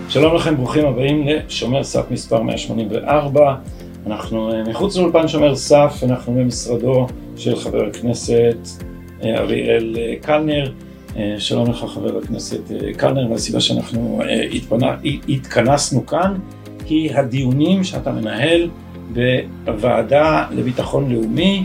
שלום לכם, ברוכים הבאים לשומר סף מספר 184. אנחנו מחוץ לאולפן שומר סף, אנחנו במשרדו של חבר הכנסת אריאל קלנר. שלום לך חבר הכנסת קלנר, והסיבה שאנחנו התכנסנו כאן היא הדיונים שאתה מנהל בוועדה לביטחון לאומי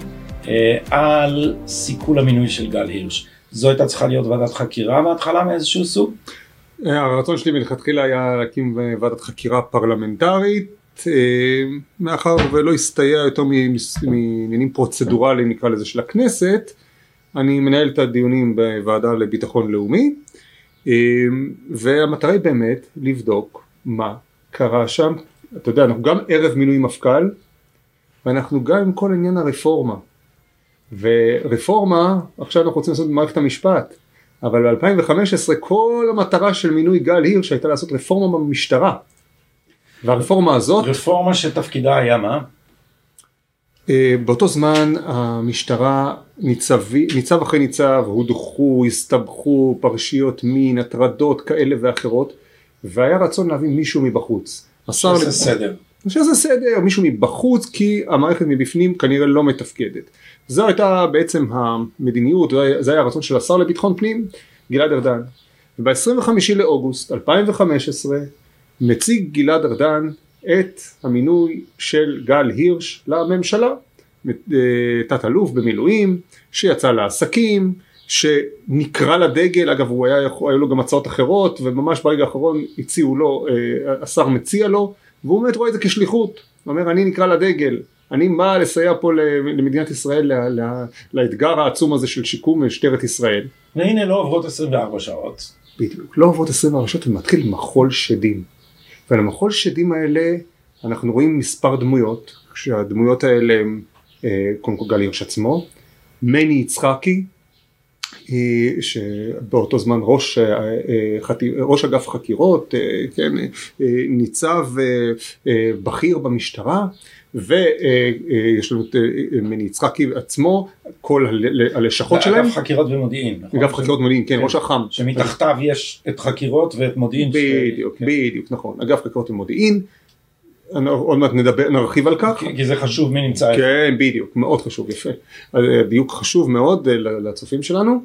על סיכול המינוי של גל הירש. זו הייתה צריכה להיות ועדת חקירה מההתחלה מאיזשהו סוג? הרצון שלי מלכתחילה היה להקים ועדת חקירה פרלמנטרית, מאחר ולא הסתייע יותר מעניינים פרוצדורליים נקרא לזה של הכנסת. אני מנהל את הדיונים בוועדה לביטחון לאומי, והמטרה היא באמת לבדוק מה קרה שם. אתה יודע, אנחנו גם ערב מינוי מפכ"ל, ואנחנו גם עם כל עניין הרפורמה. ורפורמה, עכשיו אנחנו רוצים לעשות במערכת המשפט, אבל ב-2015 כל המטרה של מינוי גל הירש הייתה לעשות רפורמה במשטרה. והרפורמה הזאת... רפורמה שתפקידה היה מה? באותו זמן המשטרה ניצב אחרי ניצב, הודחו, הסתבכו, פרשיות מין, הטרדות כאלה ואחרות, והיה רצון להביא מישהו מבחוץ. שזה סדר. שזה סדר, מישהו מבחוץ, כי המערכת מבפנים כנראה לא מתפקדת. זו הייתה בעצם המדיניות, זה היה הרצון של השר לביטחון פנים, גלעד ארדן. וב-25 לאוגוסט 2015 מציג גלעד ארדן את המינוי של גל הירש לממשלה, תת אלוף במילואים, שיצא לעסקים, שנקרא לדגל, אגב היו לו גם הצעות אחרות, וממש ברגע האחרון הציעו לו, השר מציע לו, והוא באמת רואה את זה כשליחות, הוא אומר אני נקרא לדגל, אני בא לסייע פה למדינת ישראל, לאתגר העצום הזה של שיקום משטרת ישראל. והנה לא עוברות 24 שעות. בדיוק, לא עוברות 24 שעות ומתחיל מחול שדים. ולמחול שדים האלה אנחנו רואים מספר דמויות, כשהדמויות האלה הם קודם כל גל הירש עצמו, מני יצחקי, שבאותו זמן ראש אגף חקירות, כן, ניצב בכיר במשטרה, ויש לנו את מני יצחקי עצמו, כל הלשכות שלהם. אגף חקירות ומודיעין. אגף חקירות ומודיעין, כן, ראש אח"מ. שמתחתיו יש את חקירות ואת מודיעין. בדיוק, בדיוק, נכון. אגף חקירות ומודיעין, עוד מעט נרחיב על כך. כי זה חשוב מי נמצא. כן, בדיוק, מאוד חשוב, יפה. דיוק חשוב מאוד לצופים שלנו.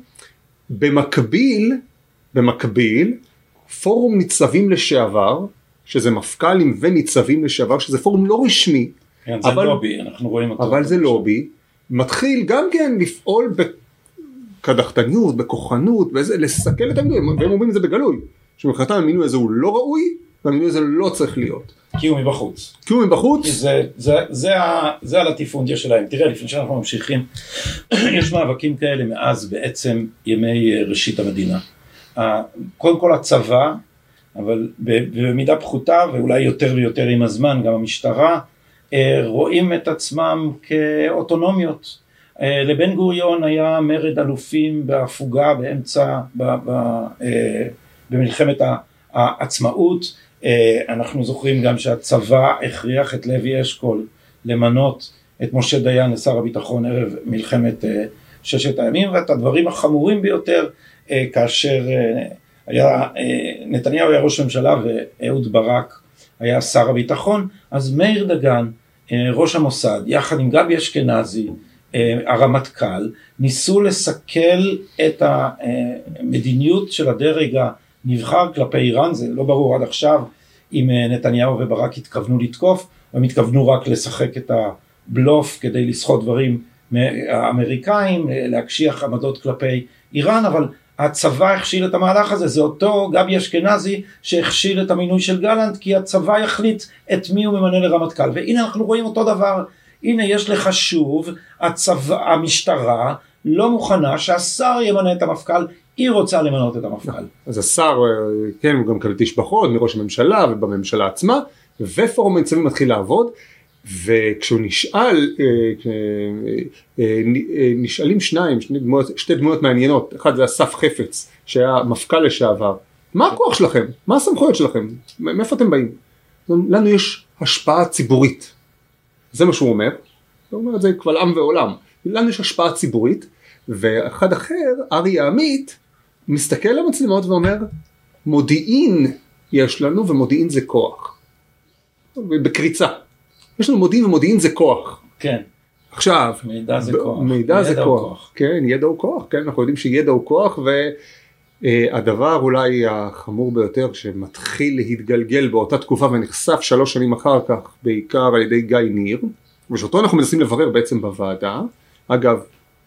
במקביל, פורום ניצבים לשעבר, שזה מפכ"לים וניצבים לשעבר, שזה פורום לא רשמי. כן, זה לובי, אנחנו רואים אותו. אבל זה לובי, מתחיל גם כן לפעול בקדחתנות, בכוחנות, לסכל את המינוי, והם אומרים את זה בגלוי, שמבחינתם המינוי הזה הוא לא ראוי, והמינוי הזה לא צריך להיות. כי הוא מבחוץ. כי הוא מבחוץ. זה על הטיפונדיה שלהם. תראה, לפני שאנחנו ממשיכים, יש מאבקים כאלה מאז בעצם ימי ראשית המדינה. קודם כל הצבא, אבל במידה פחותה, ואולי יותר ויותר עם הזמן, גם המשטרה, רואים את עצמם כאוטונומיות. לבן גוריון היה מרד אלופים בהפוגה באמצע, במלחמת העצמאות. אנחנו זוכרים גם שהצבא הכריח את לוי אשכול למנות את משה דיין לשר הביטחון ערב מלחמת ששת הימים, ואת הדברים החמורים ביותר כאשר נתניהו היה ראש ממשלה ואהוד ברק היה שר הביטחון, אז מאיר דגן ראש המוסד יחד עם גבי אשכנזי הרמטכ"ל ניסו לסכל את המדיניות של הדרג הנבחר כלפי איראן. זה לא ברור עד עכשיו אם נתניהו וברק התכוונו לתקוף, הם התכוונו רק לשחק את הבלוף כדי לסחוט דברים האמריקאים, להקשיח עמדות כלפי איראן, אבל הצבא הכשיל את המהלך הזה. זה אותו גבי אשכנזי שהכשיל את המינוי של גלנט, כי הצבא יחליט את מי הוא ממנה לרמטכ"ל. והנה אנחנו רואים אותו דבר, הנה יש לך שוב, המשטרה לא מוכנה שהשר ימנה את המפכ"ל, היא רוצה למנות את המפכ"ל. אז השר, כן, הוא גם קבל תשבחות מראש הממשלה ובממשלה עצמה, ופורום הניצבים מתחיל לעבוד, וכשהוא נשאלים שתי דמויות מעניינות. אחד זה אסף חפץ, שהיה מפכ"ל לשעבר. מה הכוח שלכם? מה הסמכויות שלכם? מאיפה אתם באים? לנו יש השפעה ציבורית. זה מה שהוא אומר. הוא אומר את זה קבל עם ועולם. לנו יש השפעה ציבורית, ואחד אחר, ארי העמית, מסתכל למצלמות ואומר, מודיעין יש לנו, ומודיעין זה כוח. בקריצה. יש לנו מודיעין ומודיעין זה כוח. כן. עכשיו, מידע זה כוח. מידע זה כוח. כן, ידע הוא כוח. כן, אנחנו יודעים שידע הוא כוח, והדבר אולי החמור ביותר שמתחיל להתגלגל באותה תקופה ונחשף 3 שנים אחר כך, בעיקר על ידי גיא ניר, ושאותו אנחנו מנסים לברר בעצם בוועדה. אגב,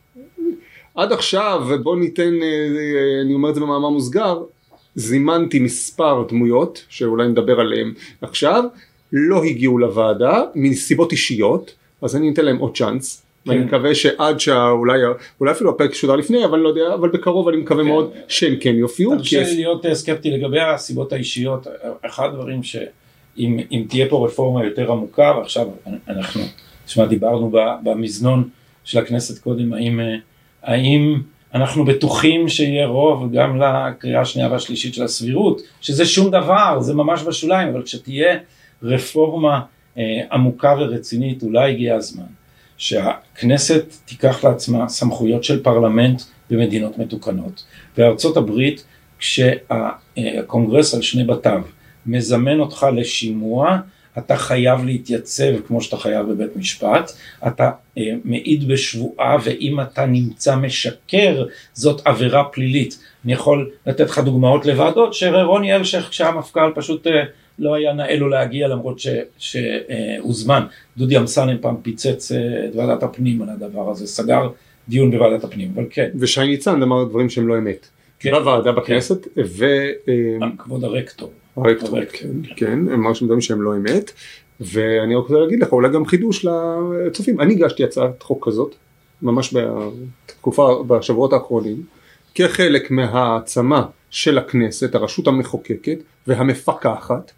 עד עכשיו, ובוא ניתן, אני אומר את זה במאמר מוסגר, זימנתי מספר דמויות, שאולי נדבר עליהן עכשיו, לא הגיעו לוועדה, מסיבות אישיות, אז אני אתן להם עוד צ'אנס, ואני מקווה שעד אולי אפילו הפרק שודר לפני, אבל לא יודע, אבל בקרוב אני מקווה מאוד שהם כן יופיעו. תרשה לי להיות סקפטי לגבי הסיבות האישיות, אחד הדברים שאם תהיה פה רפורמה יותר עמוקה, ועכשיו אנחנו, דיברנו במזנון של הכנסת קודם, האם אנחנו בטוחים שיהיה רוב גם לקריאה השנייה והשלישית של הסבירות, שזה שום דבר, זה ממש בשוליים, אבל כשתהיה רפורמה עמוקה ורצינית, אולי הגיע הזמן שהכנסת תיקח לעצמה סמכויות של פרלמנט במדינות מתוקנות. בארצות הברית, כשהקונגרס על 2 בתיו מזמן אותך לשימוע, אתה חייב להתייצב כמו שאתה חייב בבית משפט, אתה מעיד בשבועה, ואם אתה נמצא משקר, זאת עבירה פלילית. אני יכול לתת לך דוגמאות לוועדות, שרוני אלשיך כשהמפכ"ל פשוט לא היה נאה לו להגיע, למרות שהוזמן. דודי אמסלם פעם פיצץ את ועדת הפנים על הדבר הזה, סגר דיון בוועדת הפנים, אבל כן. ושי ניצן אמר דברים שהם לא אמת. כן. בוועדה בכנסת, כבוד הרקטור. הרקטור, כן, אמר שהם דברים שהם לא אמת, ואני רוצה להגיד לך, אולי גם חידוש לצופים. אני הגשתי הצעת חוק כזאת, ממש בתקופה, בשבועות האחרונים, כחלק מהעצמה של הכנסת, הרשות המחוקקת והמפקחת,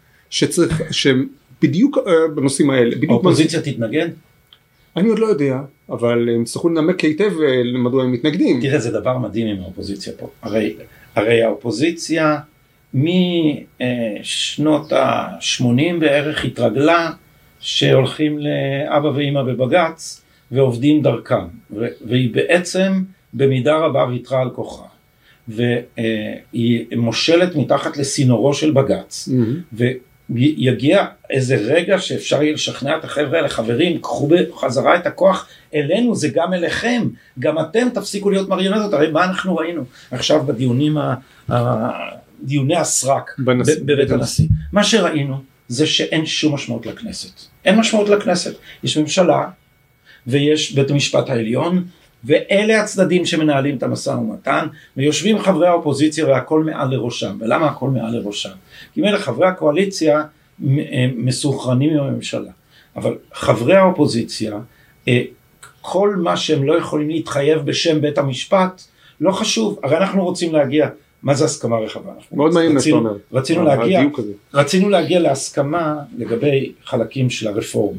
שבדיוק בנושאים האלה, האופוזיציה תתנגד? אני עוד לא יודע, אבל הם צריכו לנמק היטב מדוע הם מתנגדים. תראה, זה דבר מדהים עם האופוזיציה פה. הרי האופוזיציה משנות ה-80 בערך התרגלה שהולכים לאבא ואמא בבגץ ועובדים דרכם, והיא בעצם במידה רבה ויתרה על כוחה, והיא מושלת מתחת לסינורו של בגץ, ויגיע איזה רגע שאפשר יהיה לשכנע את החבר'ה האלה, חברים, קחו בחזרה את הכוח אלינו, זה גם אליכם, גם אתם תפסיקו להיות מריונטות. הרי מה אנחנו ראינו עכשיו בדיונים, דיוני הסרק בבית הנשיא? מה שראינו זה שאין שום משמעות לכנסת, אין משמעות לכנסת, יש ממשלה ויש בית המשפט העליון, ואלה הצדדים שמנהלים את המשא ומתן, ויושבים חברי האופוזיציה והכל מעל לראשם. ולמה הכל מעל לראשם? כי אלה חברי הקואליציה מסוכרנים עם הממשלה, אבל חברי האופוזיציה, כל מה שהם לא יכולים להתחייב בשם בית המשפט, לא חשוב. הרי אנחנו רוצים להגיע, מה זה הסכמה רחבה? מאוד מעניין מה שאתה אומר. רצינו להגיע להסכמה לגבי חלקים של הרפורמה.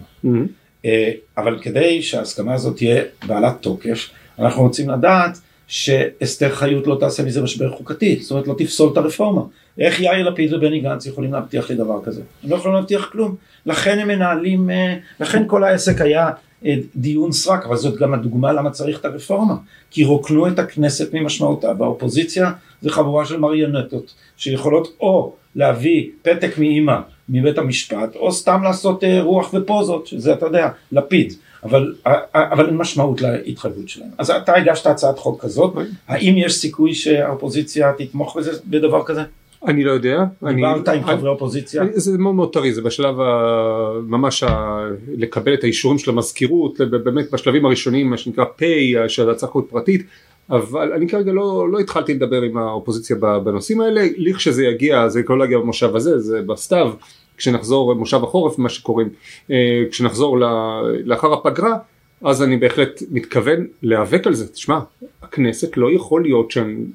אבל כדי שההסכמה הזאת תהיה בעלת תוקף, אנחנו רוצים לדעת שאסתר חיות לא תעשה מזה משבר חוקתי, זאת אומרת לא תפסול את הרפורמה. איך יאיר לפיד ובני גנץ יכולים להבטיח לי דבר כזה? הם לא יכולים להבטיח כלום. לכן הם מנהלים, לכן כל העסק היה דיון סרק, אבל זאת גם הדוגמה למה צריך את הרפורמה, כי רוקנו את הכנסת ממשמעותה, והאופוזיציה זה חבורה של מריונטות, שיכולות או להביא פתק מאמא מבית המשפט, או סתם לעשות רוח ופוזות, שזה אתה יודע, לפיד, אבל אין משמעות להתחייבות שלהם. אז אתה הגשת הצעת חוק כזאת, האם יש סיכוי שהאופוזיציה תתמוך בדבר כזה? אני לא יודע. דיברת עם חברי אופוזיציה? זה מאוד מאוד טרי, זה בשלב ממש לקבל את האישורים של המזכירות, באמת בשלבים הראשונים, מה שנקרא פיי, של הצעת חוק פרטית, אבל אני כרגע לא התחלתי לדבר עם האופוזיציה בנושאים האלה, לכשזה יגיע, זה לא להגיע במושב הזה, זה בסתיו, כשנחזור מושב החורף, מה שקוראים, כשנחזור לאחר הפגרה, אז אני בהחלט מתכוון להיאבק על זה. תשמע, הכנסת לא יכול להיות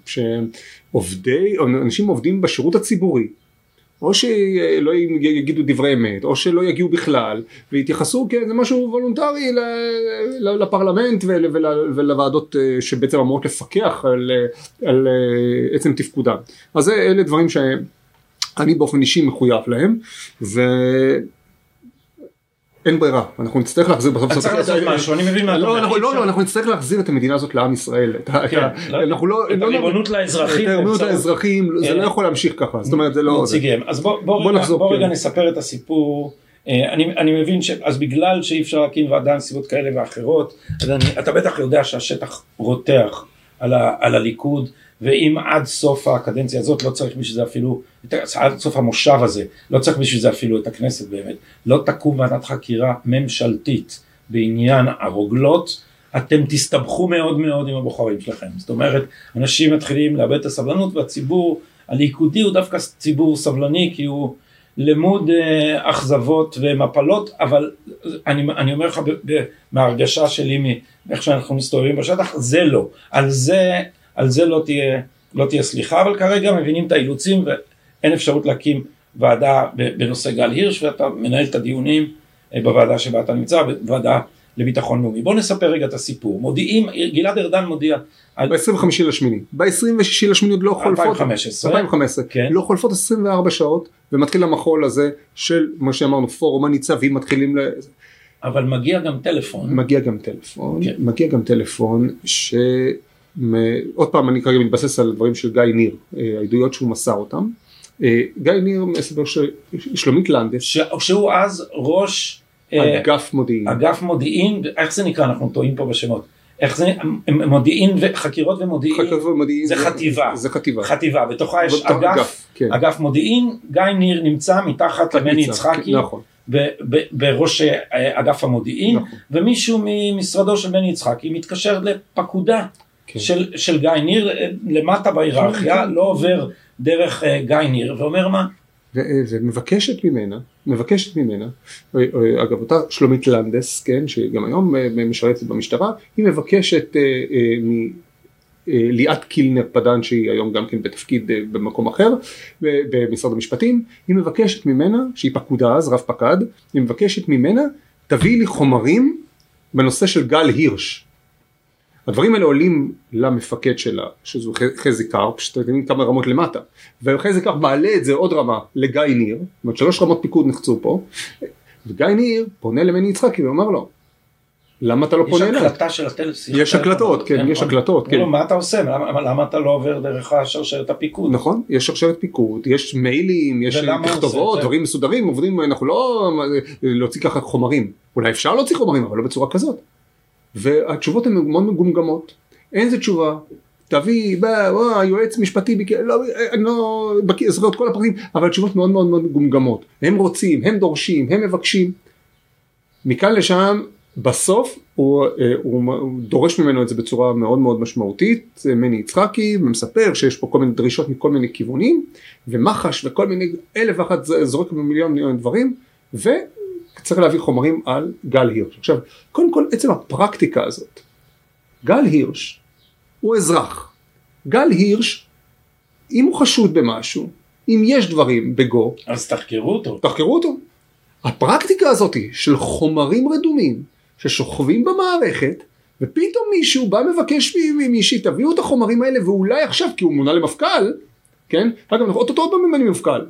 אנשים עובדים בשירות הציבורי, או שלא יגידו דברי אמת, או שלא יגיעו בכלל, והתייחסו כאיזה משהו וולונטרי לפרלמנט ולוועדות שבעצם אמורות לפקח על עצם תפקודם. אז אלה דברים שאני באופן אישי מחויב להם, אין ברירה, אנחנו נצטרך להחזיר בסוף. צריך לעשות משהו, אני מבין מה אתה אומר. לא, אנחנו נצטרך להחזיר את המדינה הזאת לעם ישראל. את הריבונות לאזרחים. את הריבונות לאזרחים, זה לא יכול להמשיך ככה, זאת אומרת זה לא... אז בוא רגע נספר את הסיפור. אני מבין אז בגלל שאי אפשר להקים ועדה נסיבות כאלה ואחרות, אתה בטח יודע שהשטח רותח על הליכוד, ואם עד סוף הקדנציה הזאת לא צריך בשביל זה אפילו, עד סוף המושב הזה, לא צריך בשביל זה אפילו את הכנסת באמת, לא תקום ועדת חקירה ממשלתית בעניין הרוגלות, אתם תסתבכו מאוד מאוד עם הבוחרים שלכם. זאת אומרת, אנשים מתחילים לאבד את הסבלנות, והציבור הליכודי הוא דווקא ציבור סבלני, כי הוא למוד אכזבות ומפלות, אבל אני אומר לך מההרגשה שלי, מאיך שאנחנו מסתובבים בשטח, זה לא. על זה לא תהיה סליחה, אבל כרגע מבינים את האילוצים, ואין אפשרות להקים ועדה בנושא גל הירש, ואתה מנהל את הדיונים בוועדה שבה אתה נמצא, בוועדה לביטחון לאומי. בוא נספר רגע את הסיפור. גלעד ארדן מודיע... ב-26 עוד לא חולפות... 2015. כן. לא חולפות 24 שעות, ומתחיל המחול הזה של, מה שאמרנו, פורום הניצבים, מתחילים אבל מגיע גם טלפון. מגיע גם טלפון עוד פעם אני כרגע מתבסס על דברים של גיא ניר, העדויות שהוא מסר אותם. גיא ניר מספר שלומית לנדס. שהוא אז ראש אגף מודיעין, איך זה נקרא? אנחנו טועים פה בשמות. איך זה? מודיעין וחקירות ומודיעין? זה חטיבה. זה חטיבה. חטיבה, בתוכה יש אגף מודיעין, גיא ניר נמצא מתחת למני יצחקי. נכון. בראש אגף המודיעין, ומישהו ממשרדו של בני יצחקי מתקשר לפקודה של גיא ניר, למטה בהיררכיה, לא עובר דרך גיא ניר, ואומר מה? ומבקשת ממנה, אגב אותה שלומית לנדס, כן, שגם היום משרתת במשטרה, היא מבקשת ליאת קילנר פדן, שהיא היום גם כן בתפקיד במקום אחר, במשרד המשפטים, היא מבקשת ממנה, שהיא פקודה אז, רב פקד, היא מבקשת ממנה, תביא לי חומרים בנושא של גל הירש. הדברים האלה עולים למפקד שלה, שזו חזי קרפ, שאתם יודעים כמה רמות למטה, וחזי קרפ מעלה את זה עוד רמה לגיא ניר, זאת אומרת 3 רמות פיקוד נחצו פה, וגיא ניר פונה למני יצחקי ואומר לו, למה אתה לא פונה אליי? יש הקלטה של הטלפון. יש הקלטות, כן, יש הקלטות. מה אתה עושה? למה אתה לא עובר דרך השרשרת הפיקוד? נכון, יש שרשרת פיקוד, יש מיילים, יש תכתובות, דברים מסודרים, עובדים, אנחנו לא להוציא ככה חומרים. אולי אפשר להוציא חומרים, אבל לא בצורה כזאת. והתשובות הן מאוד מגומגמות. אין זה תשובה, תביא, היועץ משפטי, אני לא אזכיר את כל הפרטים, אבל התשובות מאוד מאוד מגומגמות. הם רוצים, הם דורשים, הם מבקשים. מכאן לשם, בסוף הוא דורש ממנו את זה בצורה מאוד מאוד משמעותית, מני יצחקי, ומספר שיש פה כל מיני דרישות מכל מיני כיוונים, ומחש וכל מיני 1001 זורק במיליון דברים, וצריך להביא חומרים על גל הירש. עכשיו, קודם כל, עצם הפרקטיקה הזאת, גל הירש הוא אזרח. גל הירש, אם הוא חשוד במשהו, אם יש דברים בגו, אז תחקרו אותו. תחקרו אותו. הפרקטיקה הזאת של חומרים רדומים, ששוכבים במערכת, ופתאום מישהו בא מבקש ממישהי, תביאו את החומרים האלה, ואולי עכשיו, כי הוא מונה למפכ"ל, כן? אגב, אותו עוד ממני מפכ"ל.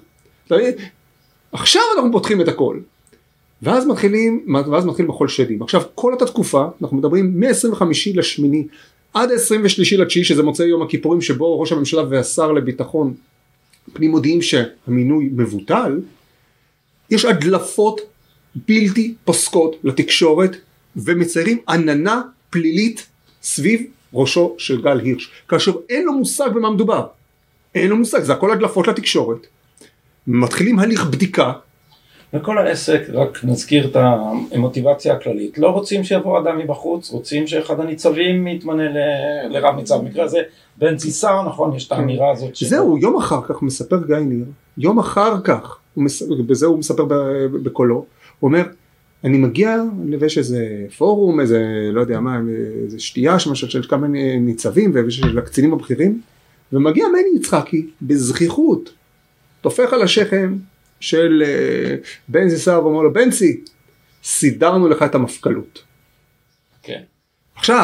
עכשיו אנחנו פותחים את הכל. ואז מתחיל מחול שדים. עכשיו, כל אותה תקופה, אנחנו מדברים מ-25 לשמיני, עד 23 לתשיעי, שזה מוצא יום הכיפורים, שבו ראש הממשלה והשר לביטחון פנים מודיעים שהמינוי מבוטל, יש הדלפות בלתי פוסקות לתקשורת, ומציירים עננה פלילית סביב ראשו של גל הירש, כאשר אין לו מושג במה מדובר. אין לו מושג, זה הכל הדלפות לתקשורת. מתחילים הליך בדיקה. וכל העסק, רק נזכיר את המוטיבציה הכללית, לא רוצים שיבוא אדם מבחוץ, רוצים שאחד הניצבים יתמנה לרב ניצב. במקרה הזה, בן ציסר, נכון, יש את האמירה הזאת. זהו, יום אחר כך מספר גיא ניר, יום אחר כך, בזה הוא מספר בקולו, הוא אומר, אני מגיע לבש איזה פורום, איזה, לא יודע מה, איזה שתייה של כמה ניצבים ושל הקצינים הבכירים, ומגיע מני יצחקי בזכיחות, תופך על השכם של בן ציסר ואומר לו, בנצי, סידרנו לך את המפכ"לות. כן. עכשיו,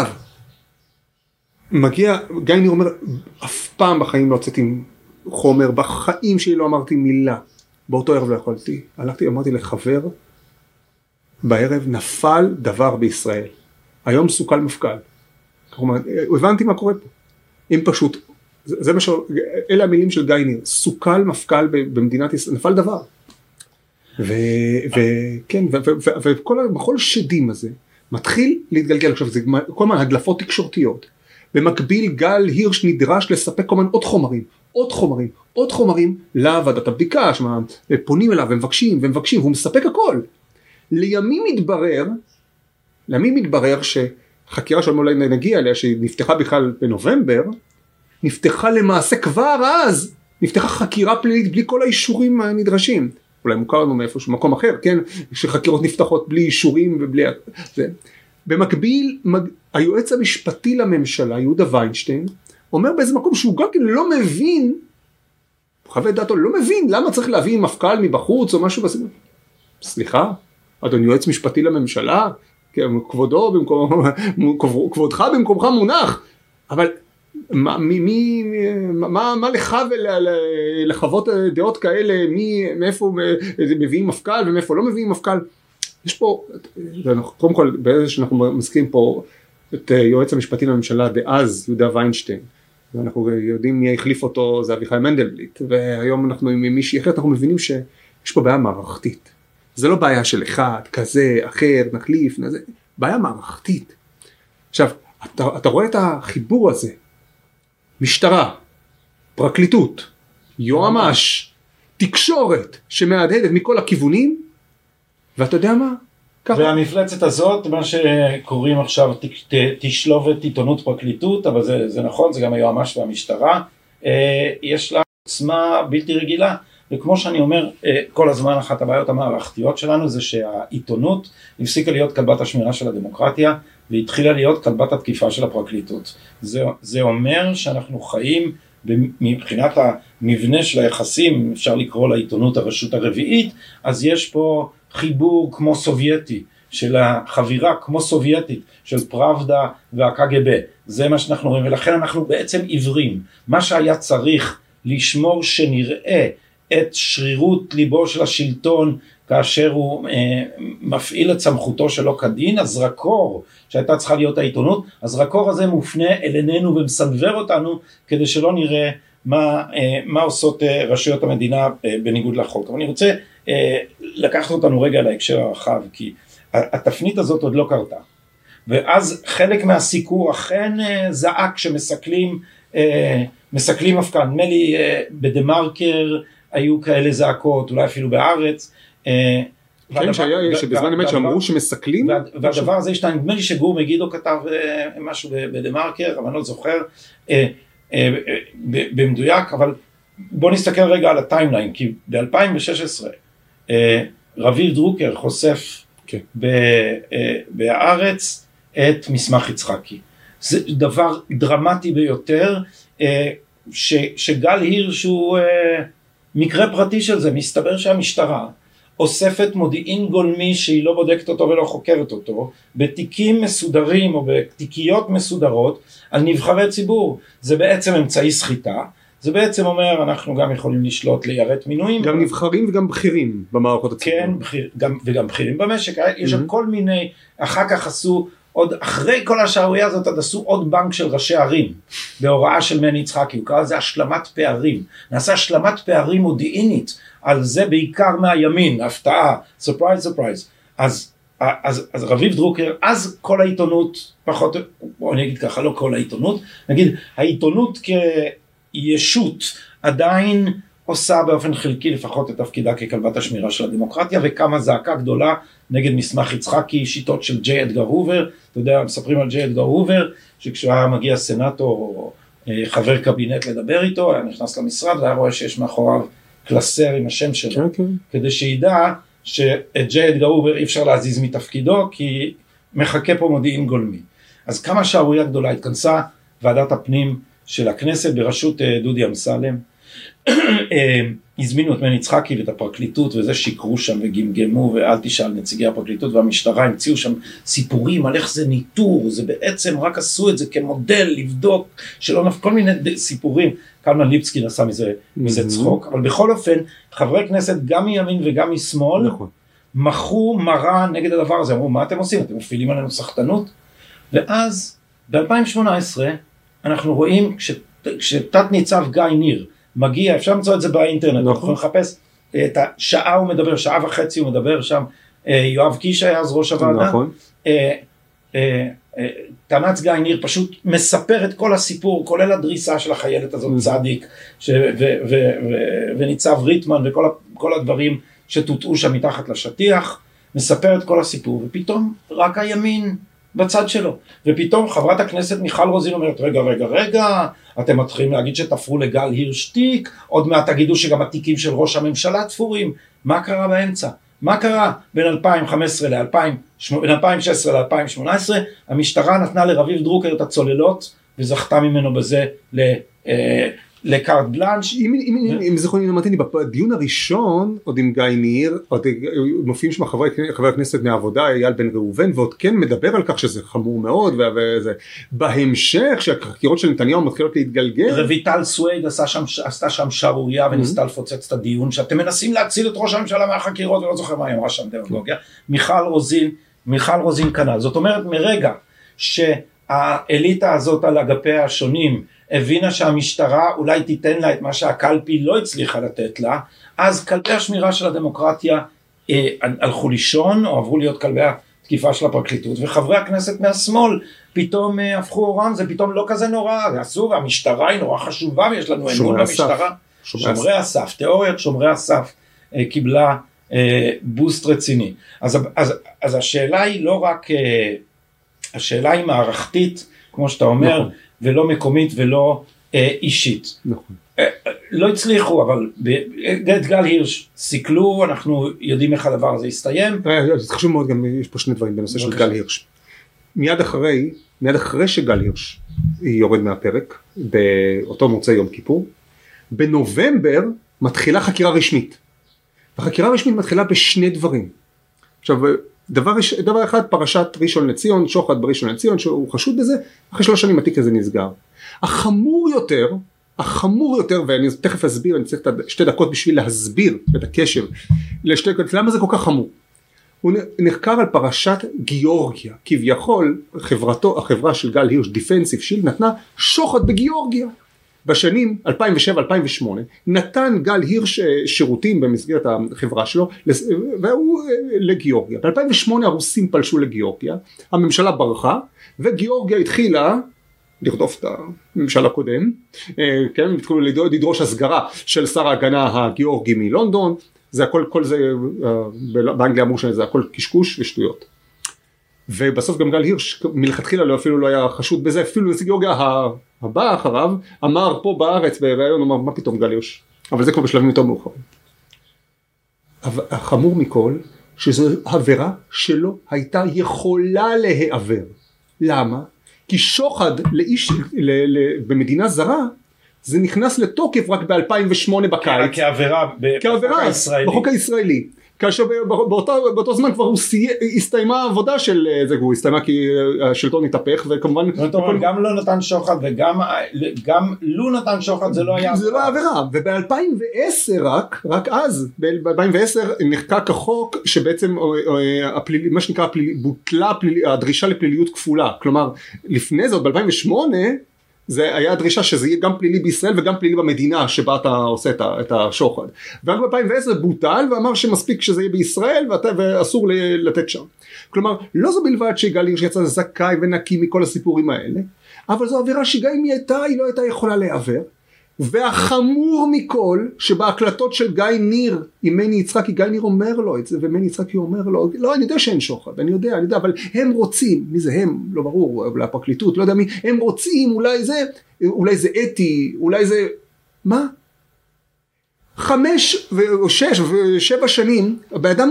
מגיע, גיא ניר אומר, אף פעם בחיים לא הוצאתי חומר, בחיים שלי לא אמרתי מילה, באותו ערב לא יכולתי, הלכתי, אמרתי לחבר, בערב נפל דבר בישראל. היום סוכל מפכ"ל. כלומר, הבנתי מה קורה פה. אם פשוט, אלה המילים של גיא ניר, סוכל מפכ"ל במדינת ישראל, נפל דבר. וכן, ובכל שדים הזה, מתחיל להתגלגל. עכשיו, זה כל הזמן הדלפות תקשורתיות. במקביל גל הירש נדרש לספק כל הזמן עוד חומרים לוועדת הבדיקה, שמה פונים אליו ומבקשים, והוא מספק הכל. לימים מתברר שחקירה של אולי נגיע אליה, שנפתחה בכלל בנובמבר, נפתחה למעשה כבר אז, נפתחה חקירה פלילית בלי כל האישורים הנדרשים. אולי מוכר לנו מאיפשהו מקום אחר, כן? שחקירות נפתחות בלי אישורים ובלי... במקביל, היועץ המשפטי לממשלה, יהודה ויינשטיין, אומר באיזה מקום שהוא גם כן לא מבין, חווה דעתו, לא מבין למה צריך להביא מפכ"ל מבחוץ או משהו בסדר. סליחה, אדון יועץ משפטי לממשלה, כבודך במקומך מונח, אבל מה לך ולחוות דעות כאלה, מאיפה מביאים מפכ"ל ומאיפה לא מביאים מפכ"ל? יש פה, קודם כל, באיזה שאנחנו מזכירים פה את יועץ המשפטי לממשלה דאז, יהודה ויינשטיין, ואנחנו יודעים מי החליף אותו, זה אביחי מנדלבליט, והיום אנחנו עם מישהי אחרת, אנחנו מבינים שיש פה בעיה מערכתית. זה לא בעיה של אחד, כזה, אחר, נחליף, בעיה מערכתית. עכשיו, אתה רואה את החיבור הזה, משטרה, פרקליטות, יועמ"ש, תקשורת שמהדהדת מכל הכיוונים, ואתה יודע מה? והמפלצת הזאת, מה שקוראים עכשיו תשלובת עיתונות פרקליטות, אבל זה נכון, זה גם היועמ"ש והמשטרה, יש לה עוצמה בלתי רגילה, וכמו שאני אומר, כל הזמן אחת הבעיות המערכתיות שלנו זה שהעיתונות הפסיקה להיות כלבת השמירה של הדמוקרטיה, והתחילה להיות כלבת התקיפה של הפרקליטות. זה אומר שאנחנו חיים מבחינת המבנה של היחסים, אפשר לקרוא לעיתונות הרשות הרביעית, אז יש פה חיבור כמו סובייטי, של החבירה כמו סובייטית, של פראבדה והקג"ב. זה מה שאנחנו רואים, ולכן אנחנו בעצם עיוורים. מה שהיה צריך לשמור שנראה את שרירות ליבו של השלטון, כאשר הוא מפעיל את סמכותו שלו כדין, הזרקור שהייתה צריכה להיות העיתונות, הזרקור הזה מופנה אל עינינו ומסנבר אותנו, כדי שלא נראה מה עושות רשויות המדינה בניגוד לחוק. אבל אני רוצה לקחת אותנו רגע להקשר הרחב, כי התפנית הזאת עוד לא קרתה. ואז חלק מהסיקור אכן זעק שמסכלים מפכ"ל, נדמה לי בדה-מרקר היו כאלה זעקות, אולי אפילו בארץ. כן, שבזמן אמת שאמרו שמסכלים. והדבר הזה יש, נדמה לי שגור מגידו כתב משהו בדה-מרקר, אבל אני לא זוכר במדויק, אבל בוא נסתכל רגע על הטיימליין, כי ב-2016 רביב דרוקר חושף בהארץ את מסמך יצחקי. זה דבר דרמטי ביותר, שגל הירש הוא מקרה פרטי של זה. מסתבר שהמשטרה אוספת מודיעין גולמי שהיא לא בודקת אותו ולא חוקרת אותו, בתיקים מסודרים או בתיקיות מסודרות על נבחרי ציבור. זה בעצם אמצעי סחיטה, זה בעצם אומר אנחנו גם יכולים לשלוט לירת מינויים. גם נבחרים וגם בכירים במערכות הציבור. כן, וגם בכירים במשק. יש כל מיני, אחר כך עשו, עוד אחרי כל השערורייה הזאת, עד עשו עוד בנק של ראשי ערים, בהוראה של מני יצחקי, הוא קרא לזה השלמת פערים. נעשה השלמת פערים מודיעינית, על זה בעיקר מהימין, הפתעה, surprise. אז רביב דרוקר, אז כל העיתונות, פחות, בוא נגיד ככה, לא כל העיתונות, נגיד, העיתונות כישות עדיין עושה באופן חלקי לפחות את תפקידה ככלבת השמירה של הדמוקרטיה, וכמה זעקה גדולה נגד מסמך יצחקי, שיטות של ג'יי אדגר הובר. אתה יודע, מספרים על ג'יי אדגר הובר, שכשהוא היה מגיע סנאטור או חבר קבינט לדבר איתו, היה נכנס למשרד והיה רואה שיש מאחוריו קלסר עם השם שלו, כדי שידע שאת ג'יי אדגר הובר אי אפשר להזיז מתפקידו, כי מחכה פה מודיעין גולמי. אז כמה שערורייה גדולה, התכנסה ועדת הפנים של הכנסת בראשות דודי אמסלם, הזמינו את מני יצחקי ואת הפרקליטות, וזה שיקרו שם וגמגמו, ואל תשאל, נציגי הפרקליטות והמשטרה המציאו שם סיפורים על איך זה ניטור, זה בעצם רק עשו את זה כמודל לבדוק, שלא נפק, כל מיני סיפורים. קלמן ליבסקי נסע מזה צחוק, אבל בכל אופן חברי כנסת גם מימין וגם משמאל מחו מרה נגד הדבר הזה, אמרו מה אתם עושים? אתם מפעילים עלינו סחטנות? ואז ב-2018 אנחנו רואים כשתת ניצב גיא ניר מגיע, אפשר למצוא את זה באינטרנט, אנחנו יכולים לחפש את השעה הוא מדבר, שעה וחצי הוא מדבר שם, יואב קיש היה אז ראש הוועדה, תנ"צ גיא ניר פשוט מספר את כל הסיפור, כולל הדריסה של החיילת הזאת צדיק, וניצב ריטמן וכל הדברים שטוטאו שם מתחת לשטיח, מספר את כל הסיפור, ופתאום רק הימין בצד שלו, ופתאום חברת הכנסת מיכל רוזין אומרת, רגע, אתם מתחילים להגיד שתפרו לגל הירש תיק, עוד מעט תגידו שגם התיקים של ראש הממשלה תפורים, מה קרה באמצע? מה קרה בין 2016 ל-2018? המשטרה נתנה לרביב דרוקר את הצוללות, וזכתה ממנו בזה לקארט בלאנש. אם זכרוני למתני, בדיון הראשון, עוד עם גיא ניר, עוד מופיעים שם חבר הכנסת מהעבודה, אייל בן ראובן, ועוד כן מדבר על כך שזה חמור מאוד, בהמשך, שהחקירות של נתניהו מתחילות להתגלגל. רויטל סווייד עשתה שם שערוריה, וניסתה לפוצץ את הדיון, שאתם מנסים להציל את ראש הממשלה מהחקירות, ולא זוכר מה היא אמרה שם דמגוגיה. מיכל רוזין כנ"ל. זאת אומרת, מרגע שהאליטה הזאת על אגפיה השונים, הבינה שהמשטרה אולי תיתן לה את מה שהקלפי לא הצליחה לתת לה, אז כלבי השמירה של הדמוקרטיה הלכו לישון, או עברו להיות כלבי התקיפה של הפרקליטות, וחברי הכנסת מהשמאל פתאום הפכו אורם, זה פתאום לא כזה נורא, זה אסור, והמשטרה היא נורא חשובה, ויש לנו אמון במשטרה. שומרי הסף, תיאוריית שומרי הסף קיבלה בוסט רציני. אז השאלה היא לא רק, השאלה היא מערכתית, כמו שאתה אומר, נכון. ולא מקומית ולא אישית. נכון. לא הצליחו, אבל את גל הירש סיכלו, אנחנו יודעים איך הדבר הזה יסתיים. זה חשוב מאוד, גם יש פה שני דברים בנושא של גל הירש. מיד אחרי שגל הירש יורד מהפרק, באותו מוצא יום כיפור, בנובמבר מתחילה חקירה רשמית. החקירה הרשמית מתחילה בשני דברים. עכשיו, דבר אחד, פרשת ראשון לציון, שוחד בראשון לציון, שהוא חשוד בזה, אחרי 3 שנים התיק הזה נסגר. החמור יותר, ואני תכף אסביר, אני צריך 2 דקות בשביל להסביר את הקשר, למה זה כל כך חמור? הוא נחקר על פרשת גיאורגיה, כביכול החברה של גל הירש, דיפנסיב שיל, נתנה שוחד בגיאורגיה. בשנים 2007-2008 נתן גל הירש שירותים במסגרת החברה שלו והוא לגיאורגיה. ב-2008 הרוסים פלשו לגיאורגיה, הממשלה ברחה וגיאורגיה התחילה לרדוף את הממשל הקודם, כן, התחילו לדרוש הסגרה של שר ההגנה הגיאורגי מלונדון, זה הכל, כל זה, באנגליה אמרו שזה הכל קשקוש ושטויות. ובסוף גם גל הירש מלכתחילה אפילו לא היה חשוד בזה, אפילו נשיא גיאורגיה הבא אחריו אמר פה בארץ בראיון, אמר מה פתאום גל הירש, אבל זה כבר בשלבים יותר מאוחרים. החמור מכל שזו עבירה שלא הייתה יכולה להיעבר. למה? כי שוחד לאיש במדינה זרה זה נכנס לתוקף רק ב-2008 בקיץ. כעבירה בחוק הישראלי. כאשר באותו זמן כבר הסתיימה העבודה של זה, הוא הסתיימה כי השלטון התהפך וכמובן גם לא נתן שוחד וגם לו נתן שוחד זה לא היה עבירה. וב-2010 רק אז ב-2010 נחקק החוק שבעצם מה שנקרא בוטלה הדרישה לפליליות כפולה, כלומר לפני זאת ב-2008 זה היה הדרישה שזה יהיה גם פלילי בישראל וגם פלילי במדינה שבה אתה עושה את השוחד. ורק ב-2010 בוטל ואמר שמספיק שזה יהיה בישראל ואסור לתת שם. כלומר, לא זו בלבד שגל הירש יצא זכאי ונקי מכל הסיפורים האלה, אבל זו עבירה שגם אם היא לא הייתה יכולה להיעבר. והחמור מכל, שבהקלטות של גיא ניר עם מני יצחקי, גיא ניר אומר לו את זה, ומני יצחקי אומר לו, לא, אני יודע שאין שוחד, אני יודע, אבל הם רוצים, מי זה הם? לא ברור, אולי הפרקליטות, לא יודע מי, הם רוצים, אולי זה אתי, אולי זה, מה? 5 ו6 ו7 שנים, הבן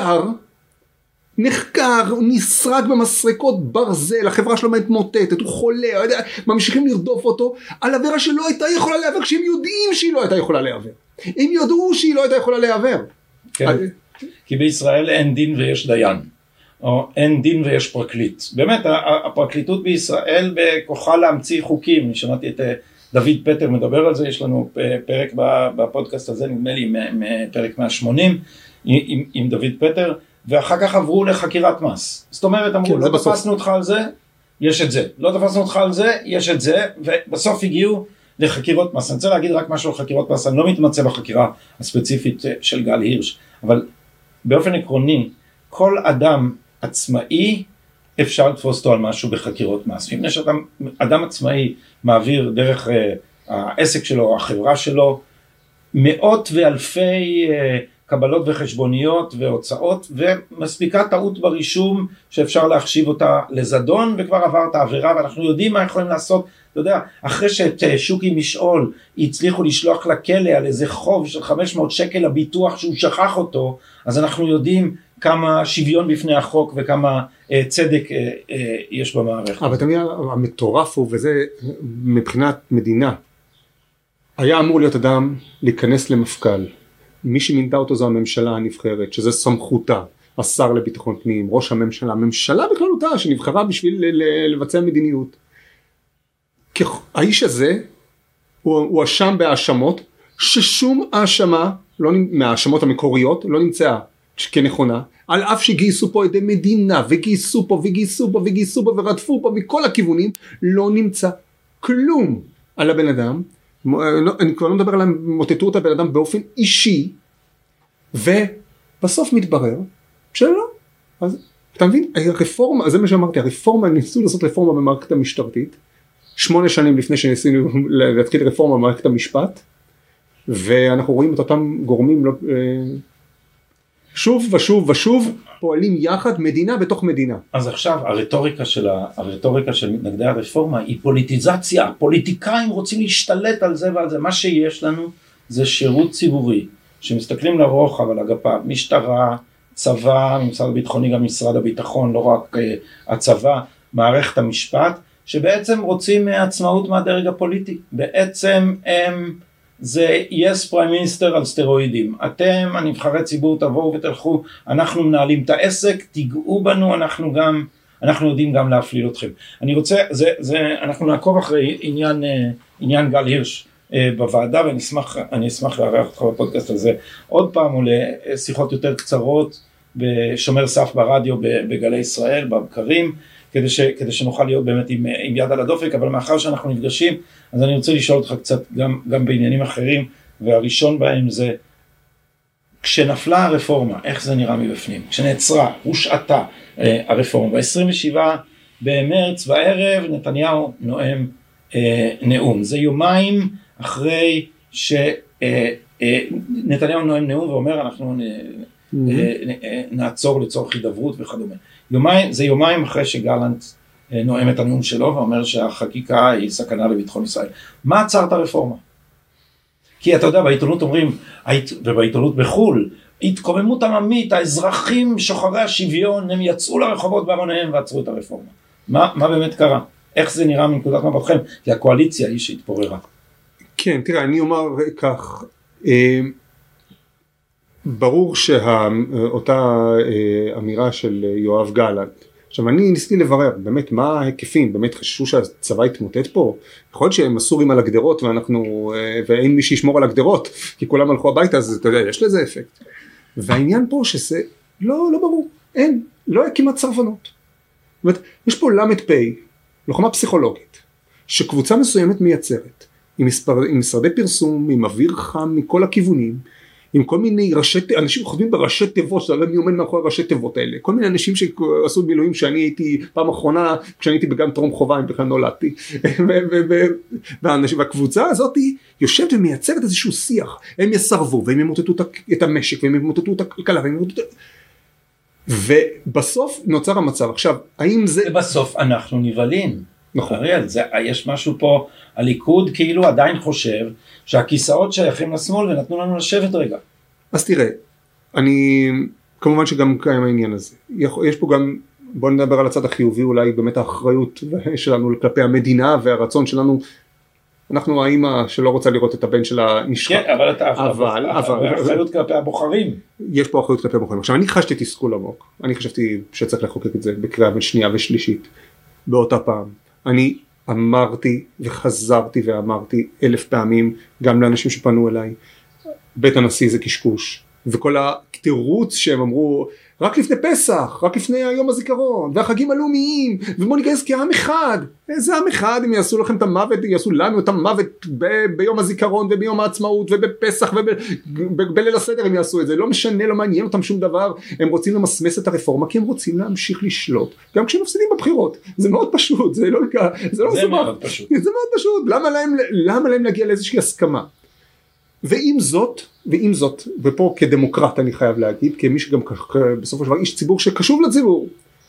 נחקר, הוא נסרק במסרקות ברזל, החברה שלו מתמוטטת, הוא חולה, ממשיכים לרדוף אותו, על עבירה שלא הייתה יכולה להעבר, כשהם יודעים שהיא לא הייתה יכולה להעבר. הם יודעו שהיא לא הייתה יכולה להעבר. כן, כי בישראל אין דין ויש דיין, או אין דין ויש פרקליט. באמת, הפרקליטות בישראל בכוחה להמציא חוקים, אני שמעתי את דוד פטר מדבר על זה, יש לנו פרק בפודקאסט הזה, נדמה לי פרק 180, עם דוד פטר, ואחר כך עברו לחקירת מס. זאת אומרת, אמרו, לא תפסנו אותך על זה, יש את זה. לא תפסנו אותך על זה, יש את זה, ובסוף הגיעו לחקירות מס. אני רוצה להגיד רק משהו על חקירות מס, אני לא מתמצא בחקירה הספציפית של גל הירש, אבל באופן עקרוני, כל אדם עצמאי אפשר לתפוס אותו על משהו בחקירות מס. מפני שאדם עצמאי מעביר דרך העסק שלו, החברה שלו, מאות ואלפי קבלות וחשבוניות והוצאות, ומספיקה טעות ברישום שאפשר להחשיב אותה לזדון, וכבר עברת עבירה, ואנחנו יודעים מה יכולים לעשות. אתה יודע, אחרי שאת שוקי משעול הצליחו לשלוח לכלא על איזה חוב של 500 שקל לביטוח שהוא שכח אותו, אז אנחנו יודעים כמה שוויון בפני החוק וכמה צדק יש במערכת. אבל תמיד המטורף הוא, וזה מבחינת מדינה, היה אמור להיות אדם להיכנס למפכ"ל, מי שמינתה אותו זו הממשלה הנבחרת, שזה סמכותה, השר לביטחון פנים, ראש הממשלה, הממשלה בכללותה שנבחרה בשביל לבצע מדיניות. האיש הזה הוא אשם בהאשמות, ששום האשמה, מההאשמות המקוריות, לא נמצאה כנכונה, על אף שגייסו פה עדי מדינה, וגייסו פה וגייסו פה וגייסו פה ורדפו פה מכל הכיוונים, לא נמצא כלום על הבן אדם. אני כבר לא מדבר על מוטטות הבן אדם באופן אישי, ובסוף מתברר שלא. אז אתה מבין, הרפורמה, זה מה שאמרתי, הרפורמה, ניסו לעשות רפורמה במערכת המשטרתית, 8 שנים לפני שניסינו להתחיל רפורמה במערכת המשפט, ואנחנו רואים את אותם גורמים שוב ושוב ושוב פועלים יחד, מדינה בתוך מדינה. אז עכשיו הרטוריקה של מתנגדי הרפורמה היא פוליטיזציה, פוליטיקאים רוצים להשתלט על זה ועל זה. מה שיש לנו זה שירות ציבורי, שמסתכלים לרוחב על אגפיו, משטרה, צבא, משרד הביטחוני, גם משרד הביטחון, לא רק הצבא, מערכת המשפט, שבעצם רוצים עצמאות מהדרג הפוליטי. בעצם זה yes prime minister על סטרואידים. אתם, הנבחרי ציבור, תבואו ותלכו, אנחנו מנהלים את העסק, תיגעו בנו, אנחנו יודעים גם להפליל אתכם. אני רוצה, אנחנו נעקוב אחרי עניין גל הירש בוועדה, ואני אשמח לארח אותך בפודקאסט הזה עוד פעם, או לשיחות יותר קצרות בשומר סף ברדיו בגלי ישראל, בבקרים, כדי שנוכל להיות באמת עם יד על הדופק. אבל מאחר שאנחנו נפגשים, אז אני רוצה לשאול אותך קצת גם בעניינים אחרים, והראשון בהם זה, כשנפלה הרפורמה, איך זה נראה מבפנים? כשנעצרה, הושעתה הרפורמה, ב-27 במרץ בערב, נתניהו נואם נאום. זה יומיים אחרי שנתניהו נואם נאום ואומר, אנחנו נעצור לצורך הידברות וכדומה. זה יומיים אחרי שגלנט נואם את הנאום שלו ואומר שהחקיקה היא סכנה לביטחון ישראל. מה עצר את הרפורמה? כי אתה יודע, בעיתונות אומרים, ובעיתונות בחול, התקוממות עממית, האזרחים שוחרי השוויון, הם יצאו לרחובות בהמוניהם ועצרו את הרפורמה. מה באמת קרה? איך זה נראה מנקודת מבטכם? כי הקואליציה היא שהתפוררה. כן, תראה, אני אומר כך, ברור שאותה אמירה של יואב גלנט, עכשיו אני ניסיתי לברר באמת מה ההיקפים, באמת חששו שהצבא יתמוטט פה, יכול להיות שהם אסורים על הגדרות ואין מי שישמור על הגדרות, כי כולם הלכו הביתה, אז אתה יודע, יש לזה אפקט. והעניין פה שזה לא ברור, לא היה כמעט סרבנות. זאת אומרת, יש פה למד פי, לוחמה פסיכולוגית, שקבוצה מסוימת מייצרת, עם משרדי פרסום, עם אוויר חם מכל הכיוונים, עם כל מיני אנשים חושבים בראשי תיבות, שאתה לא מי עומד מאחורי ראשי תיבות האלה, כל מיני אנשים שעשו מילואים שאני הייתי פעם אחרונה, כשאני הייתי בגן טרום חובה, אם בכלל נולדתי, והקבוצה הזאת יושבת ומייצרת איזשהו שיח, הם יסרבו, והם ימוטטו את המשק, והם ימוטטו את הכלכלה, ובסוף נוצר המצב. עכשיו, האם זה... ובסוף אנחנו נבלים. נכון. אריאל, יש משהו פה, הליכוד כאילו עדיין חושב שהכיסאות שייכים לשמאל ונתנו לנו לשבת רגע. אז תראה, כמובן שגם קיים העניין הזה. יש פה גם, בוא נדבר על הצד החיובי, אולי באמת האחריות שלנו כלפי המדינה והרצון שלנו, אנחנו האמא שלא רוצה לראות את הבן שלה נשחק. כן, אבל האחריות כלפי הבוחרים. יש פה אחריות כלפי הבוחרים. עכשיו, אני חשתי תסכול עמוק. אני חשבתי שצריך לחוקק את זה בקריאה שנייה ושלישית. באותה פעם. אני אמרתי וחזרתי ואמרתי 1000 פעמים, גם לאנשים שפנו אליי, בית הנשיא זה קשקוש, וכל התירוץ שהם אמרו, רק לפני פסח, רק לפני יום הזיכרון, והחגים הלאומיים, ובואו ניכנס כעם אחד. איזה עם אחד? הם יעשו לכם את המוות, יעשו לנו את המוות ביום הזיכרון, וביום העצמאות, ובפסח, ובליל הסדר הם יעשו את זה. לא משנה, לא מעניין אותם שום דבר. הם רוצים למסמס את הרפורמה, כי הם רוצים להמשיך לשלוט. גם כשהם מפסידים בבחירות. זה מאוד פשוט, זה מאוד פשוט. למה להם להגיע לאיזושהי הסכמה? ועם זאת, ופה כדמוקרט אני חייב להגיד, כמי שגם בסופו של דבר איש ציבור שקשוב לציבור,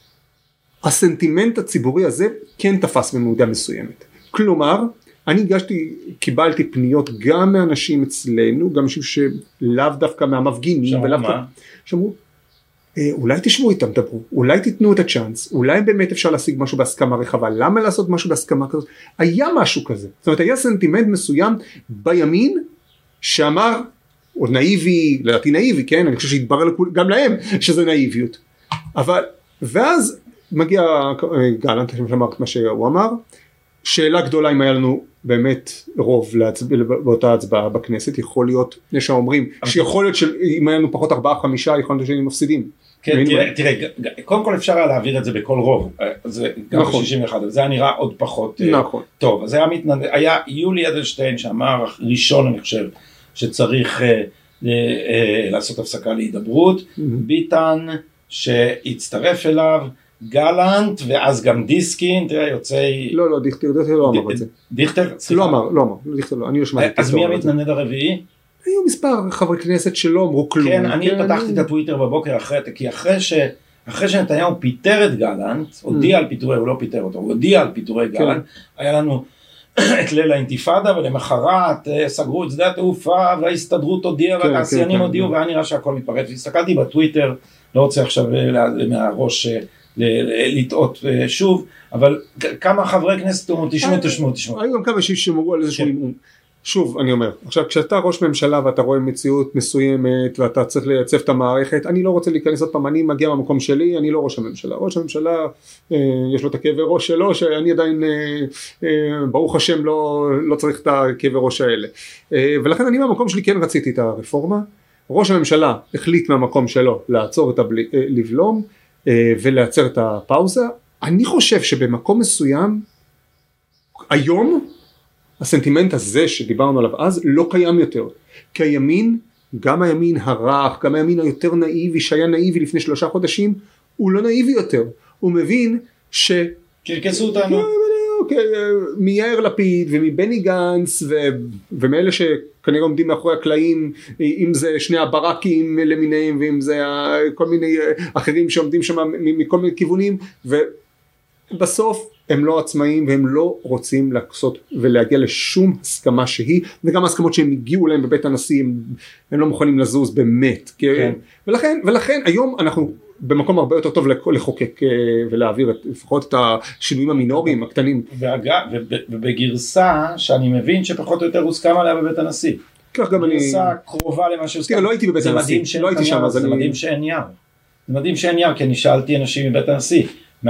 הסנטימנט הציבורי הזה כן תפס במעודה מסוימת. כלומר, אני קיבלתי פניות גם מאנשים אצלנו, גם אנשים שלאו דווקא מהמפגינים, שאמרו, אולי תשבו איתם, דברו, אולי תיתנו את הצ'אנס, אולי באמת אפשר להשיג משהו בהסכמה רחבה, למה לעשות משהו בהסכמה כזאת? היה משהו כזה, זאת אומרת, היה סנטימנט מסוים בימין, שאמר, או נאיבי, לדעתי נאיבי, כן? אני חושב שהתברר גם להם שזה נאיביות. אבל, ואז מגיע גלנט, שאמרת מה שהוא אמר, שאלה גדולה אם היה לנו באמת רוב באותה הצבעה בכנסת, יכול להיות, יש שאומרים, שיכול להיות שאם היה לנו פחות 4-5, יכול להיות שהיינו מפסידים. כן, תראה, קודם כל אפשר להעביר את זה בכל רוב, גם ב-61, זה היה נראה עוד פחות טוב. אז היה יולי אדלשטיין שאמר ראשון, אני חושב, שצריך לעשות הפסקה להידברות, ביטן שהצטרף אליו, גלנט ואז גם דיסקין, תראה יוצאי... לא, דיכטר לא אמר את זה. דיכטר? לא אמר, דיכטר לא, אני לא שמעתי. אז מי המתנגד הרביעי? היו מספר חברי כנסת שלא אמרו כלום. כן, אני פתחתי את הטוויטר בבוקר כי אחרי שנתניהו פיטר את גלנט, הודיע על פיטורי, הוא לא פיטר אותו, הוא הודיע על פיטורי גלנט, היה לנו את ליל האינתיפאדה, ולמחרת סגרו את שדה התעופה, וההסתדרות הודיעה, והתעשיינים הודיעו, והיה נראה שהכל מתפרץ. והסתכלתי בטוויטר, לא רוצה עכשיו מהראש לטעות שוב, אבל כמה חברי כנסת תשמעו. היו גם כמה שאמרו על איזשהו אימון. שוב, אני אומר, עכשיו כשאתה ראש ממשלה ואתה רואה מציאות מסוימת ואתה צריך לייצב את המערכת, אני לא רוצה להיכנס עוד פעם, אני מגיע מהמקום שלי, אני לא ראש הממשלה. ראש הממשלה, יש לו את הכאבי ראש שלו, שאני עדיין, ברוך השם, לא צריך את הכאבי ראש האלה. ולכן אני מהמקום שלי כן רציתי את הרפורמה. ראש הממשלה החליט מהמקום שלו לעצור את לבלום ולייצר את הפאוזה. אני חושב שבמקום מסוים, היום, הסנטימנט הזה שדיברנו עליו אז לא קיים יותר, כי הימין, גם הימין הרך, גם הימין היותר נאיבי שהיה נאיבי לפני 3 חודשים, הוא לא נאיבי יותר, הוא מבין קרקסו אותנו. מיאיר לפיד ומבני גנץ ומאלה שכנראה עומדים מאחורי הקלעים, אם זה שני הברקים למיניהם ואם זה כל מיני אחרים שעומדים שם מכל מיני כיוונים, ובסוף הם לא עצמאים והם לא רוצים לעשות ולהגיע לשום הסכמה שהיא, וגם ההסכמות שהם הגיעו להם בבית הנשיא הם לא מוכנים לזוז באמת, כן. ולכן היום אנחנו במקום הרבה יותר טוב לחוקק ולהעביר לפחות את השינויים המינוריים הקטנים. ובגרסה שאני מבין שפחות או יותר הוסכם עליה בבית הנשיא. כך גם אני... גרסה קרובה למה שהוסכם. תראה, לא הייתי בבית הנשיא, לא הייתי שם. זה מדהים שאין נייר. זה מדהים שאין נייר, כי אני שאלתי אנשים מבית הנשיא.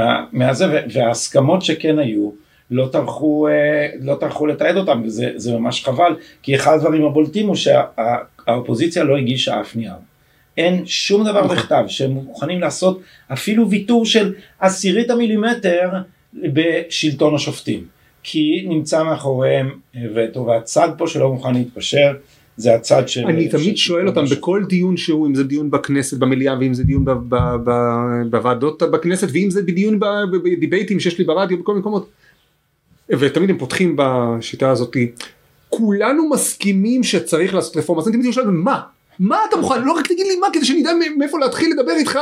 וההסכמות שכן היו, לא טרחו לתעד אותם, וזה ממש חבל, כי אחד הדברים הבולטים הוא שהאופוזיציה לא הגישה אף נייר. אין שום דבר בכתב שהם מוכנים לעשות אפילו ויתור של 0.1 מילימטר בשלטון השופטים, כי נמצא מאחוריהם וטוב, והצד פה שלא מוכן להתפשר, זה הצד של... אני תמיד שואל אותם בכל דיון שהוא, אם זה דיון בכנסת במליאה, ואם זה דיון בוועדות בכנסת, ואם זה בדיון בדיבייטים שיש לי ברדיו בכל מקומות, ותמיד הם פותחים בשיטה הזאת, כולנו מסכימים שצריך לעשות רפורמה, אז אני תמיד שואל, מה אתה מוכן? לא רק תגיד לי מה, כדי שאני יודע מאיפה להתחיל לדבר איתך,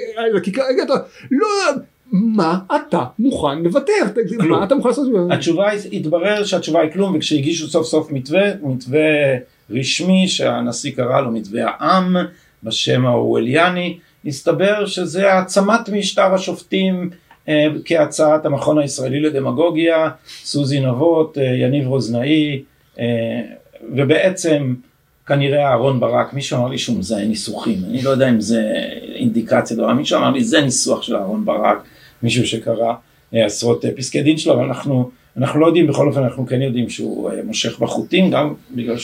לא, מה אתה מוכן לוותר? מה אתה מוכן לעשות? התשובה התברר שהתשובה היא כלום, וכשהגישו סוף סוף מתווה רשמי שהנשיא קרא לו מתווה העם בשם האורווליאני, הסתבר שזה העצמת משטר השופטים כהצעת המכון הישראלי לדמגוגיה, סוזי נבות, יניב רוזנאי, ובעצם כנראה אהרון ברק, מישהו אמר לי שהוא מזהה ניסוחים, אני לא יודע אם זה אינדיקציה דבר, מישהו אמר לי זה ניסוח של אהרון ברק, מישהו שקרא עשרות פסקי דין שלו, אבל אנחנו לא יודעים, בכל אופן אנחנו כן יודעים שהוא מושך בחוטים, גם בגלל שהוא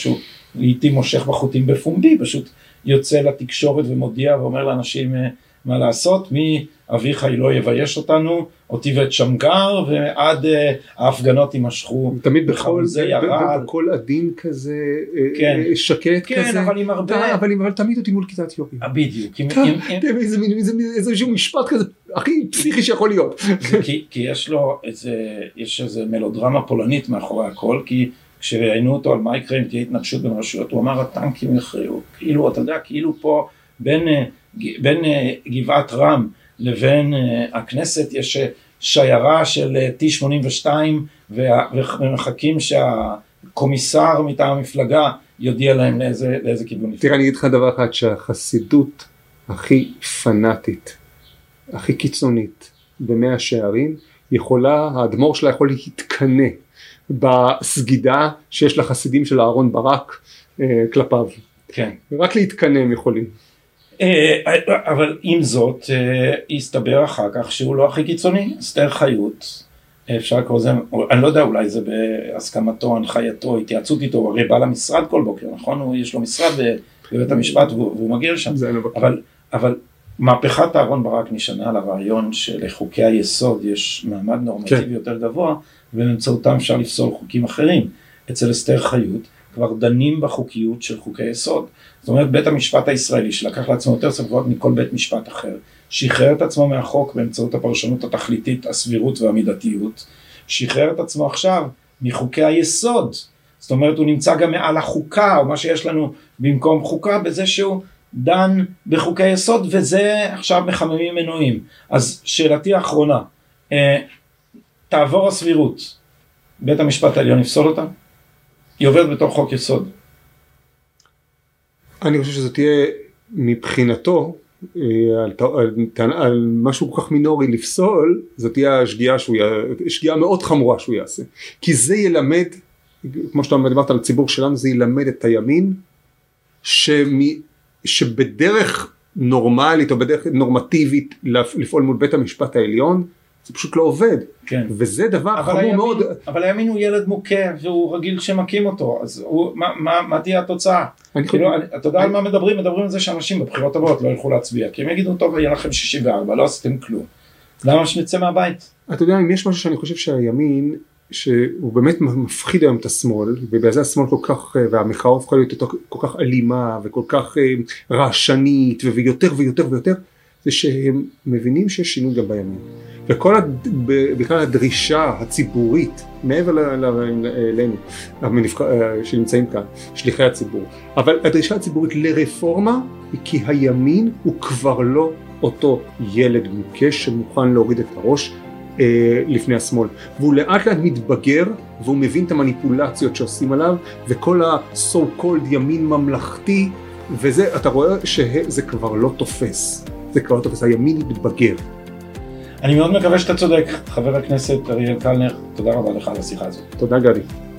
לעתים מושך בחוטים בפומבי, פשוט יוצא לתקשורת ומודיע ואומר לאנשים מה לעשות, מי אביחי לא יבייש אותנו, אותי ואת שמגר, ועד ההפגנות יימשכו. תמיד בקול עדין כזה, שקט כזה. כן, אבל עם הרבה... אבל תמיד אותי מול כיתת יופי. בדיוק. איזשהו משפט כזה, הכי פסיכי שיכול להיות. כי יש איזה מלודרמה פולנית מאחורי הכל, כי כשראיינו אותו על מה יקרה אם תהיה התנגשות בין רשויות, הוא אמר הטנקים יכריעו, כאילו אתה יודע, כאילו פה בין גבעת רם לבין הכנסת יש שיירה של T-82 ומחכים שהקומיסר מטעם המפלגה יודיע להם לאיזה כיוון. תראה, אני אגיד לך דבר אחד, שהחסידות הכי פנאטית, הכי קיצונית במאה שערים, האדמו"ר שלה יכול להתקנא בסגידה שיש לחסידים של אהרון ברק כלפיו. כן. רק להתקנא הם יכולים. אבל עם זאת, הסתבר אחר כך שהוא לא הכי קיצוני, אסתר חיות, אפשר לקרוא זה, אני לא יודע, אולי זה בהסכמתו, הנחייתו, התייעצות איתו, הוא הרי בא למשרד כל בוקר, נכון? יש לו משרד בבית המשפט והוא מגיע לשם, אבל מהפכת אהרון ברק נשענה על הרעיון שלחוקי היסוד יש מעמד נורמטיבי יותר גבוה, ובאמצעותם אפשר לפסול חוקים אחרים. אצל אסתר חיות כבר דנים בחוקיות של חוקי יסוד. זאת אומרת, בית המשפט הישראלי שלקח לעצמו יותר סמכויות מכל בית משפט אחר, שחרר את עצמו מהחוק באמצעות הפרשנות התכליתית, הסבירות והמידתיות, שחרר את עצמו עכשיו מחוקי היסוד. זאת אומרת, הוא נמצא גם מעל החוקה, או מה שיש לנו במקום חוקה, בזה שהוא דן בחוקי יסוד, וזה עכשיו מחממים מנועים. אז שאלתי האחרונה, תעבור הסבירות, בית המשפט העליון יפסול אותה? היא עוברת בתור חוק יסוד. אני חושב שזה תהיה מבחינתו, על משהו כל כך מינורי לפסול, זאת תהיה שגיאה מאוד חמורה שהוא יעשה. כי זה ילמד, כמו שאתה דיברת על הציבור שלנו, זה ילמד את הימין, שבדרך נורמלית או בדרך נורמטיבית לפעול מול בית המשפט העליון, זה פשוט לא עובד. כן. וזה דבר חמור מאוד. אבל הימין הוא ילד מוכה, והוא רגיל שמקים אותו, אז מה תהיה התוצאה? אתה יודע על מה מדברים? מדברים על זה שאנשים בבחירות הבאות לא ילכו להצביע, כי הם יגידו, טוב, יהיה לכם 64, לא עשיתם כלום. למה שנצא מהבית? אתה יודע, אם יש משהו שאני חושב שהימין, שהוא באמת מפחיד היום את השמאל, ובגלל זה השמאל כל כך, והמחאה הופכה להיות כל כך אלימה, וכל כך רעשנית, ויותר ויותר ויותר, זה שהם מבינים שיש שינוי גם בימין. בכלל הדרישה הציבורית, מעבר אלינו, שנמצאים כאן, שליחי הציבור, אבל הדרישה הציבורית לרפורמה, היא כי הימין הוא כבר לא אותו ילד מוכה שמוכן להוריד את הראש לפני השמאל, והוא לאט לאט מתבגר, והוא מבין את המניפולציות שעושים עליו, וכל ה-so called ימין ממלכתי, וזה, אתה רואה שזה כבר לא תופס, זה כבר לא תופס, הימין מתבגר. אני מאוד מקווה שאתה צודק, חבר הכנסת אריאל קלנר, תודה רבה לך על השיחה הזאת. תודה גדי.